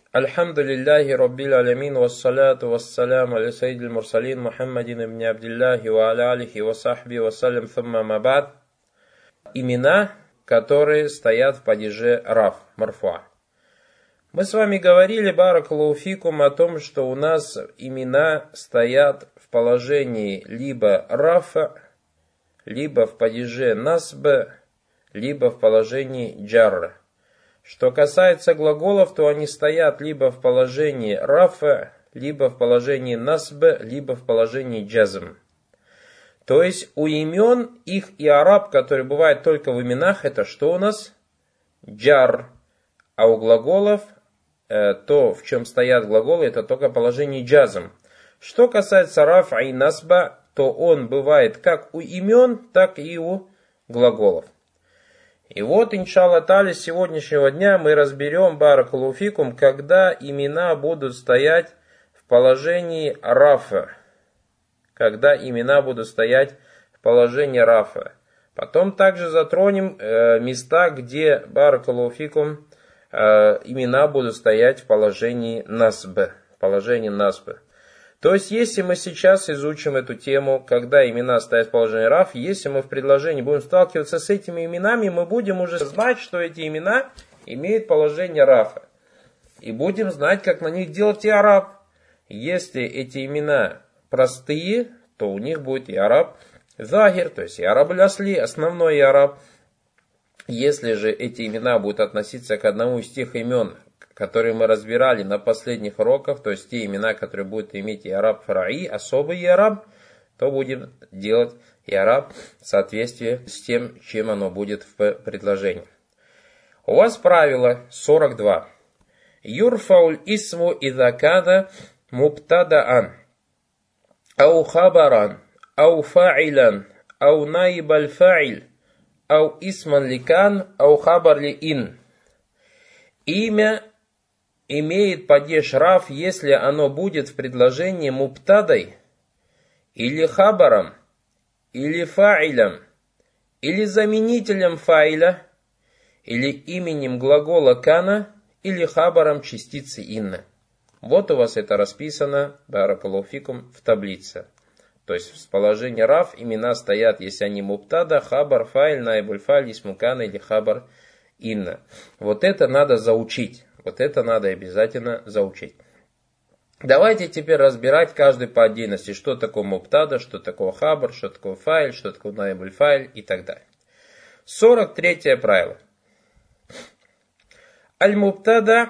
Альхамдулиллахи Раббил Алямин, вассаляту вассаляму аля сайдил мурсалин Мухаммадин ибн Абдиллахи ва аля алихи ва сахби вассалям thumma мабад. Имена, которые стоят в падеже раф, марфуа. Мы с вами говорили, баракаллаху фикум, о том, что у нас имена стоят в положении либо рафа, либо в падеже насб, либо в положении джарра. Что касается глаголов, то они стоят либо в положении рафа, либо в положении насб, либо в положении джазм. То есть у имен их иараб, который бывает только в именах, это что у нас? Джар. А у глаголов, то, в чем стоят глаголы, это только положение джазм. Что касается рафа и насба, то он бывает как у имен, так и у глаголов. И вот, иншаллах та'аля, с сегодняшнего дня мы разберем, баракаллаху фикум, когда имена будут стоять в положении рафа. Когда имена будут стоять в положении рафа. Потом также затронем места, где, баракаллаху фикум, имена будут стоять в положении насб. То есть, если мы сейчас изучим эту тему, когда имена стоят в положении раф, если мы в предложении будем сталкиваться с этими именами, мы будем уже знать, что эти имена имеют положение рафа. И будем знать, как на них делать иараб. Если эти имена простые, то у них будет иараб захир, то есть иараб аль-асли, основной иараб. Если же эти имена будут относиться к одному из тех имен, которые мы разбирали на последних уроках, то есть те имена, которые будут иметь иараб фараи, особый иараб, то будем делать иараб в соответствии с тем, чем оно будет в предложении. У вас правило 42. Юрфауль исму идакада мубтадаан, ау хабаран, ау фа'iлян, ау наиб аль-фа'иль, ау исман ликан, ау хабар ли ин. Имя имеет падеж раф, если оно будет в предложении мубтадой, или хабаром, или фа'илем, или заменителем фа'iля, или именем глагола кана, или хабаром частицы инна. Вот у вас это расписано, баракаллаху фикум, в таблице. То есть в положении раф имена стоят, если они мубтада, хабар, фа'иль, наибуль фа'иль, исму кана или хабар инна. Вот это надо заучить. Вот это надо обязательно заучить. Давайте теперь разбирать каждый по отдельности, что такое мубтада, что такое хабар, что такое фаиль, что такое наибуль фаиль и так далее. 43 правило. Аль-мубтада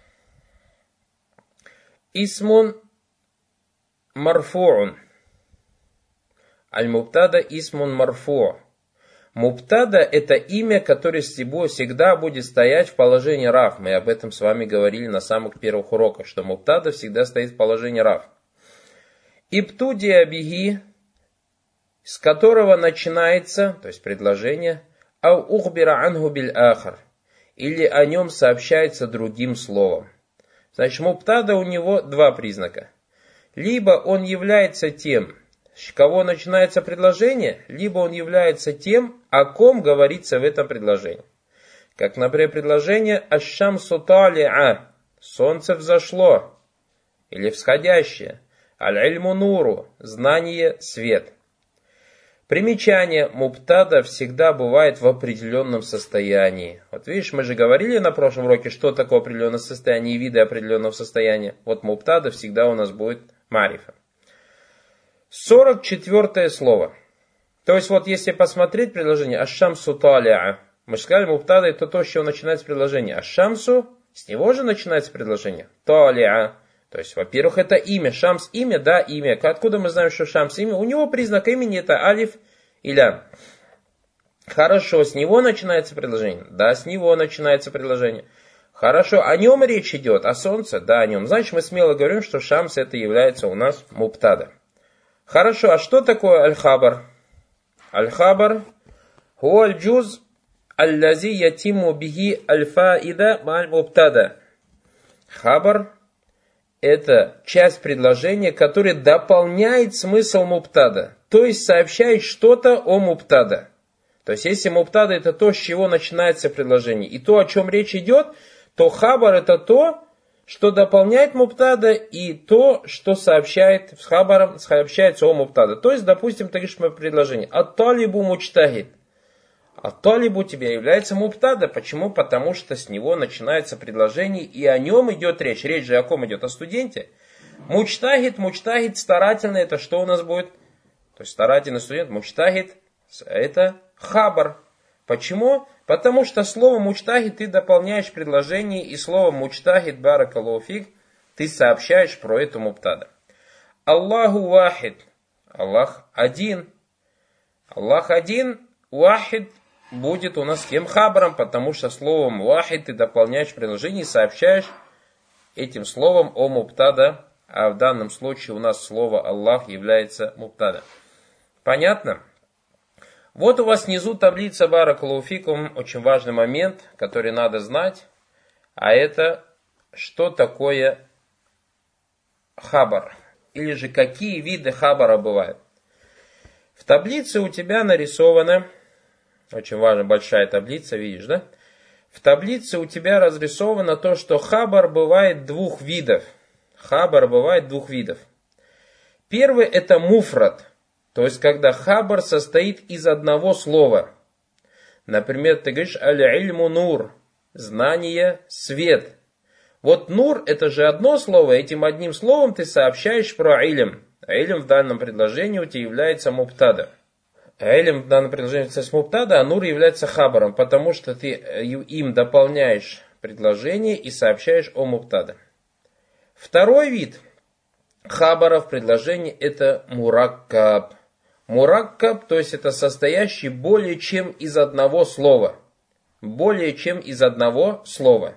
исмун марфу'ун. Аль-мубтада исмун марфу'. Мубтада – это имя, которое всегда будет стоять в положении раф. Мы об этом с вами говорили на самых первых уроках, что мубтада всегда стоит в положении раф. Ибтудия биги, с которого начинается, то есть предложение, ау ухбира анху биль ахар, или о нем сообщается другим словом. Значит, мубтада у него два признака. Либо он является тем, с кого начинается предложение, либо он является тем, о ком говорится в этом предложении. Как, например, предложение «Аш-шамсу тали'a» – «Солнце взошло» или «Всходящее», «Аль-ильму нуру» – «Знание, свет». Примечание: мубтада всегда бывает в определенном состоянии. Вот видишь, мы же говорили на прошлом уроке, что такое определенное состояние и виды определенного состояния. Вот мубтада всегда у нас будет марифа. 44 слово. То есть вот если посмотреть предложение «Аш-шамсу тали'a», мы же сказали, мубтада это то, с чего начинается предложение. «Аш-шамсу», с него же начинается предложение. «Тали'a». То есть, во-первых, это имя. Шамс имя, да, имя. Откуда мы знаем, что Шамс имя? У него признак имени это алиф и лям. Хорошо, с него начинается предложение. Да, с него начинается предложение. Хорошо, о нем речь идет, о солнце, да, о нем. Значит, мы смело говорим, что Шамс это является у нас мубтада. Хорошо, а что такое аль-хабар? Аль-хабар хуа аль-джуз аль-лази ятиму бихи аль-фаида маль-мубтада. Хабар – это часть предложения, которая дополняет смысл мубтада, то есть сообщает что-то о мубтада. То есть если мубтада это то, с чего начинается предложение, и то, о чем речь идет, то хабар это то, что дополняет мубтада, и то, что сообщает с хабаром, сообщается о мубтада. То есть, допустим, ты говоришь мое предложение. Ат-талибу мучтахид. Ат-талибу у тебя является мубтада. Почему? Потому что с него начинается предложение, и о нем идет речь. Речь же о ком идет? О студенте. Мучтахид, старательный, это что у нас будет? То есть старательный студент, мучтахид, это хабар. Почему? Потому что словом мучтахид ты дополняешь предложение, и словом мучтахид, баракаллаху фик, ты сообщаешь про это мубтада. Аллаху вахид. Аллах один. Аллах один, вахид будет у нас кем хабаром, потому что словом вахид ты дополняешь предложение и сообщаешь этим словом о мубтада, а в данном случае у нас слово Аллах является мубтада. Понятно? Вот у вас внизу таблица баракаллаху фикум, очень важный момент, который надо знать, а это что такое хабар, или же какие виды хабара бывают. В таблице у тебя нарисована, очень важная большая таблица, видишь, да? В таблице у тебя разрисовано то, что хабар бывает двух видов. Хабар бывает двух видов. Первый это муфрад. То есть, когда хабар состоит из одного слова. Например, ты говоришь аль-ильму нур. Знание, свет. Вот нур это же одно слово. Этим одним словом ты сообщаешь про илм. А илм в данном предложении у тебя является мубтада. А илм в данном предложении является мубтада, а нур является хабаром. Потому что ты им дополняешь предложение и сообщаешь о мубтада. Второй вид хабара в предложении это мураккаб. Мураккаб, то есть это состоящий более чем из одного слова. Более чем из одного слова.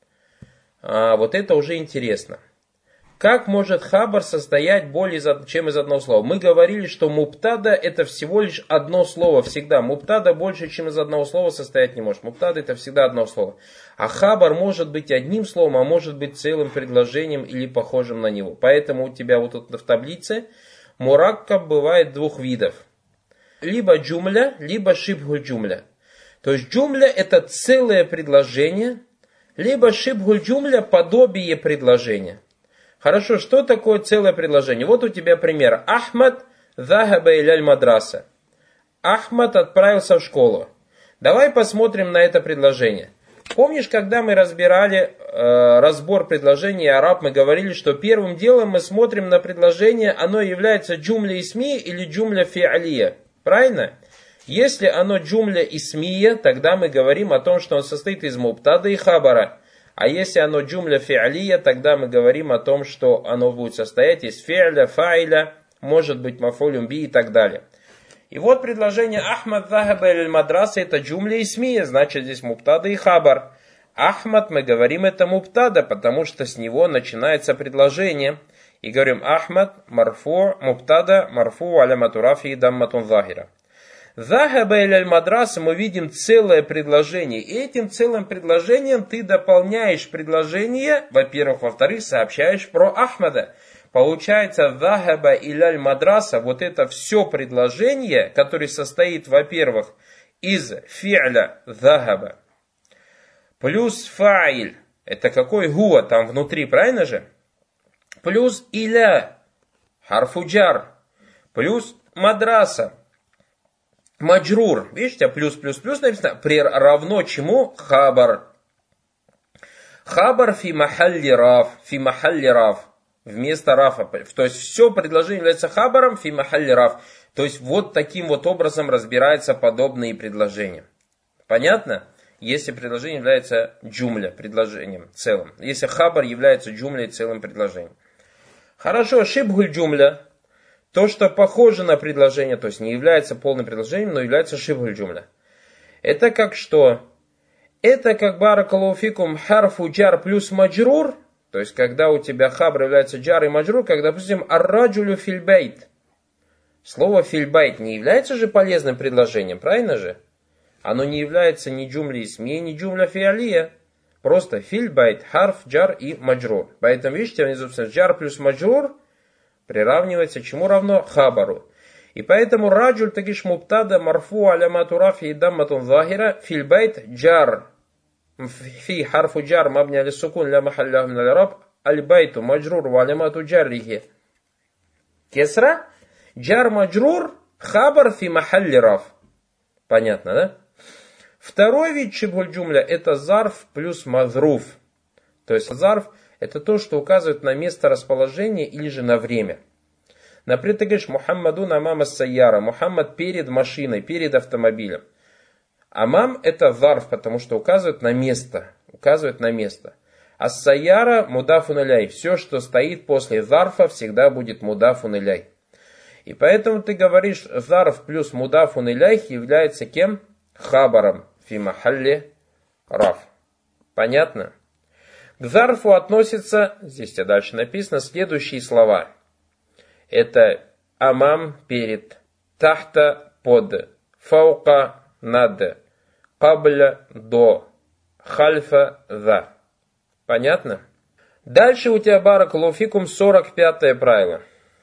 Вот это уже интересно. Как может хабар состоять более чем из одного слова? Мы говорили, что мубтада это всего лишь одно слово всегда. Мубтада больше чем из одного слова состоять не может. Мубтада это всегда одно слово. А хабар может быть одним словом, а может быть целым предложением или похожим на него. Поэтому у тебя вот тут в таблице мураккаб бывает двух видов. Либо джумля, либо шибхуль джумля. То есть джумля это целое предложение, либо шибхуль джумля подобие предложения. Хорошо, что такое целое предложение? Вот у тебя пример. Ахмад захаба иляль мадраса. Ахмад отправился в школу. Давай посмотрим на это предложение. Помнишь, когда мы разбирали разбор предложения араб, мы говорили, что первым делом мы смотрим на предложение, оно является джумля исмия или джумля фи'алия. Правильно? Если оно джумля исмия, тогда мы говорим о том, что он состоит из мубтада и хабара. А если оно джумля фи'алия, тогда мы говорим о том, что оно будет состоять из фи'ля, фа'iля, может быть мафулюм би и так далее. И вот предложение Ахмад захаба иляль мадраса это джумля исмия, значит здесь мубтада и хабар. Ахмад мы говорим это мубтада, потому что с него начинается предложение. И говорим Ахмад марфу мубтада марфу алямату рафи дамматун захира. Захаба иляль мадраса мы видим целое предложение. И этим целым предложением ты дополняешь предложение, во-первых, во-вторых, сообщаешь про Ахмада. Получается, захаба иляль мадраса, вот это все предложение, которое состоит, во-первых, из фи'ля захаба, плюс фа'иль, это какой гуа там внутри, правильно же? Плюс иля, харфуджар, плюс мадраса, маджрур, видите, плюс написано, равно чему? Хабар. Хабар фи махалли раф. Вместо рафа. То есть все предложение является хабаром фи махалли раф. То есть вот таким вот образом разбираются подобные предложения. Понятно? Если предложение является джумля, предложением целым. Если хабар является джумлей, целым предложением. Хорошо, шибхуль джумля. То, что похоже на предложение, то есть не является полным предложением, но является шибхуль джумля. Это как что? Это как баракаллаху фикум харфу джар плюс маджрур. То есть, когда у тебя хабр является джар и маджрур, как, допустим, ар-раджулю фильбайт. Слово фильбайт не является же полезным предложением, правильно же? Оно не является ни джумля исмия, ни джумля фиалия. Просто фильбайт, харф, джар и маджрур. Поэтому, видите, внизу джар плюс маджрур приравнивается чему равно? Хабару. И поэтому раджуль тагиш мубтада марфу алямату рафи и дамматун захира фильбайт джар. Фи харфу джар мабни али сукун ля махаллаху мин аль-раб аль-байту маджрур валямату джаррихи кесра, джар маджрур хабар фи махалли раф. Понятно, да? Второй вид шибхуль джумля это зарф плюс мазруф. То есть зарф это то, что указывает на место расположения или же на время. Например, ты говоришь Мухаммадун амам ас-сайяра. Мухаммад перед машиной, перед автомобилем. Амам это зарф, потому что указывает на место. Указывает на место. Ас-сайяра мудафун иляй. Все, что стоит после зарфа, всегда будет мудафун иляй. И поэтому ты говоришь зарф плюс мудафун иляй является кем? Хабаром фи махалли раф. Понятно? К зарфу относятся, здесь дальше написано, следующие слова. Это амам перед, тахта под, фаука над, кабля до, хальфа за. Понятно? Дальше у тебя, баракаллаху фикум, 45-е правило.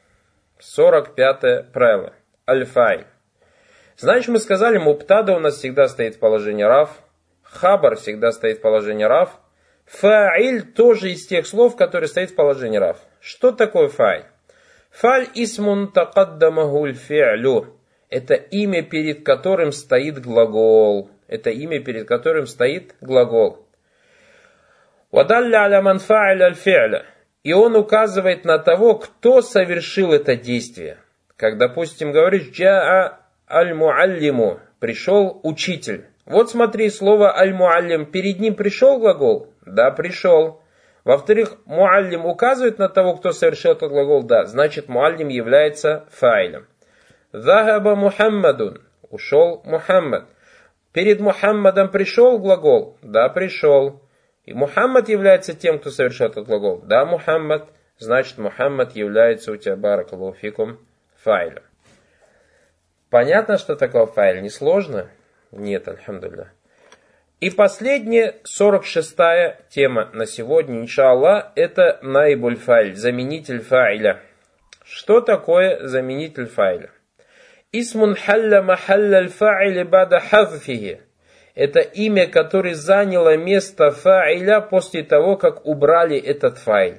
45-е правило. Аль-файль. Значит, мы сказали, мубтада у нас всегда стоит в положении раф, хабар всегда стоит в положении раф, фа'иль тоже из тех слов, которые стоят в положении раф. Что такое фа'иль? Фа'иль исмун такаддамахуль фи'лю. Это имя, перед которым стоит глагол. Это имя, перед которым стоит глагол. Вадалля аля ман фа'иль аль-фи'ля. И он указывает на того, кто совершил это действие. Как, допустим, говоришь, джаа аль-муаллиму. Пришел учитель. Вот смотри, слово аль-муаллим. Перед ним пришел глагол? Да, пришел. Во-вторых, муаллим указывает на того, кто совершил этот глагол? Да. Значит, муаллим является фаилем. Захаба Мухаммадун. Ушел Мухаммад. Перед Мухаммадом пришел глагол? Да, пришел. И Мухаммад является тем, кто совершил этот глагол? Да, Мухаммад. Значит, Мухаммад является у тебя, баракаллаху фикум, фаилем. Понятно, что такое фаиль? Несложно? Нет, альхамдулилля. И последняя, 46-я тема на сегодня, иншаллах, это наибуль фаиль, заменитель фаиля. Что такое заменитель фаиля? Исмун халля махалля аль-фаили бада хазфихи. Это имя, которое заняло место фаиля после того, как убрали этот фаиль.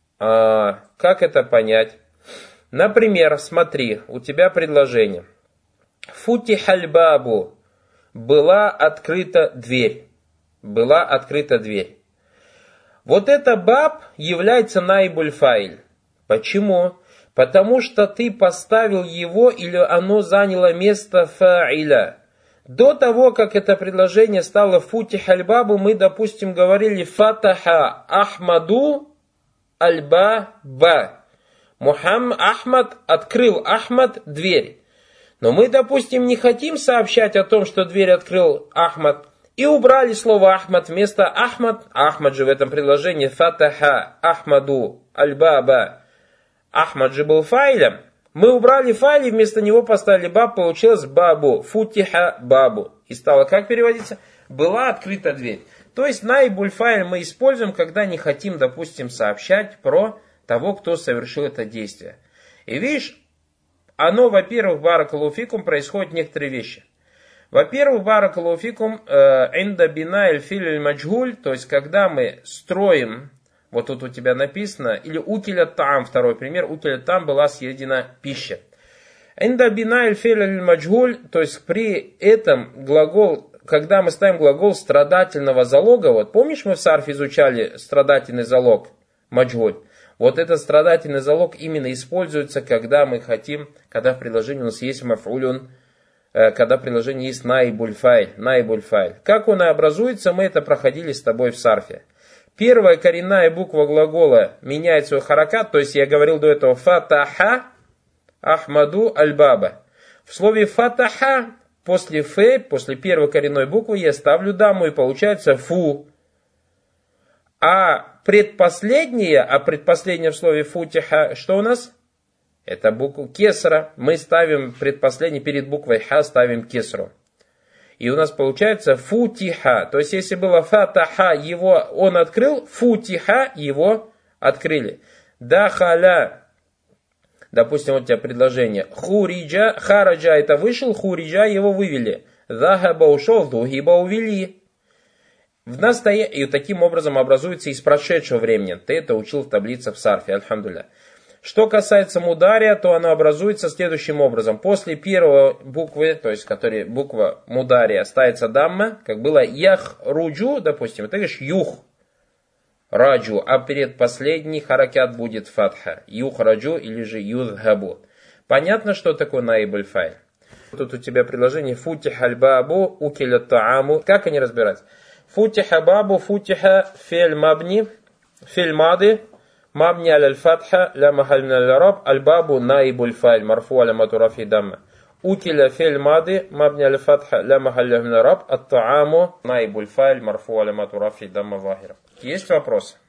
Как это понять? Например, смотри, у тебя предложение. Футихаль бабу. Была открыта дверь. Была открыта дверь. Вот это баб является наибуль фаиль. Почему? Потому что ты поставил его или оно заняло место фаиля. До того, как это предложение стало футих аль-бабу, мы, допустим, говорили фатаха Ахмаду аль-ба-ба. Ахмад открыл Ахмад дверь. Но мы, допустим, не хотим сообщать о том, что дверь открыл Ахмад, и убрали слово Ахмад вместо Ахмад. Ахмад же в этом предложении фатаха Ахмаду аль-ба-ба. Ахмад же был файлем. Мы убрали файл и вместо него поставили баб, получилось бабу, футиха бабу. И стало как переводиться? Была открыта дверь. То есть наибуль фаиль мы используем, когда не хотим, допустим, сообщать про того, кто совершил это действие. И видишь, оно, во-первых, баракаллаху фикум, происходят некоторые вещи. Во-первых, баракаллаху фикум, инда бина эль филь эль маджгуль, то есть когда мы строим, вот тут у тебя написано, или укиля там, второй пример, укиля там была съедена пища. Инда бина эль филь эль маджгуль, то есть при этом глагол, когда мы ставим глагол страдательного залога, вот помнишь, мы в сарфе изучали страдательный залог, маджгуль. Вот этот страдательный залог именно используется, когда мы хотим, когда в предложении у нас есть маф'улюн, когда в предложении есть наибуль файль, наибуль файль. Как он и образуется, мы это проходили с тобой в сарфе. Первая коренная буква глагола меняет свой харакат, то есть я говорил до этого фатаха Ахмаду аль-баба. В слове фатаха после фе, после первой коренной буквы я ставлю даму и получается фу. А предпоследнее в слове футиха, что у нас? Это буква кесра. Мы ставим предпоследний перед буквой ха, ставим кесру. И у нас получается футиха. То есть, если было фатаха, его он открыл, футиха, его открыли. Дахаля. Допустим, вот у тебя предложение. Хуриджа, хараджа это вышел, хуриджа его вывели. Захаба ушел, духиба увели. И таким образом образуется из прошедшего времени. Ты это учил в таблице в сарфе, альхамдулилля. Что касается мудария, то оно образуется следующим образом. После первой буквы, то есть буква мудария, ставится дамма, как было ях руджу, допустим, ты говоришь юх раджу, а перед последний харакят будет фатха. Юх раджу или же юдхабу. Понятно, что такое наиб аль-файль? Тут у тебя предложение футиха аль-бабу, укиля тааму. Как они разбираются? Футиха бабу, футиха фель мабни, фель мады, мабни аль-фатха, ля махаль аль-раб, аль-бабу наиб аль-файль, марфу алямату рафи дамма. Укиля фель мады, мабни аль-фатха, ля махаль аль-раб, ат-тааму, наиб аль-файль, марфу алямату рафи дамма вахира. Есть вопрос?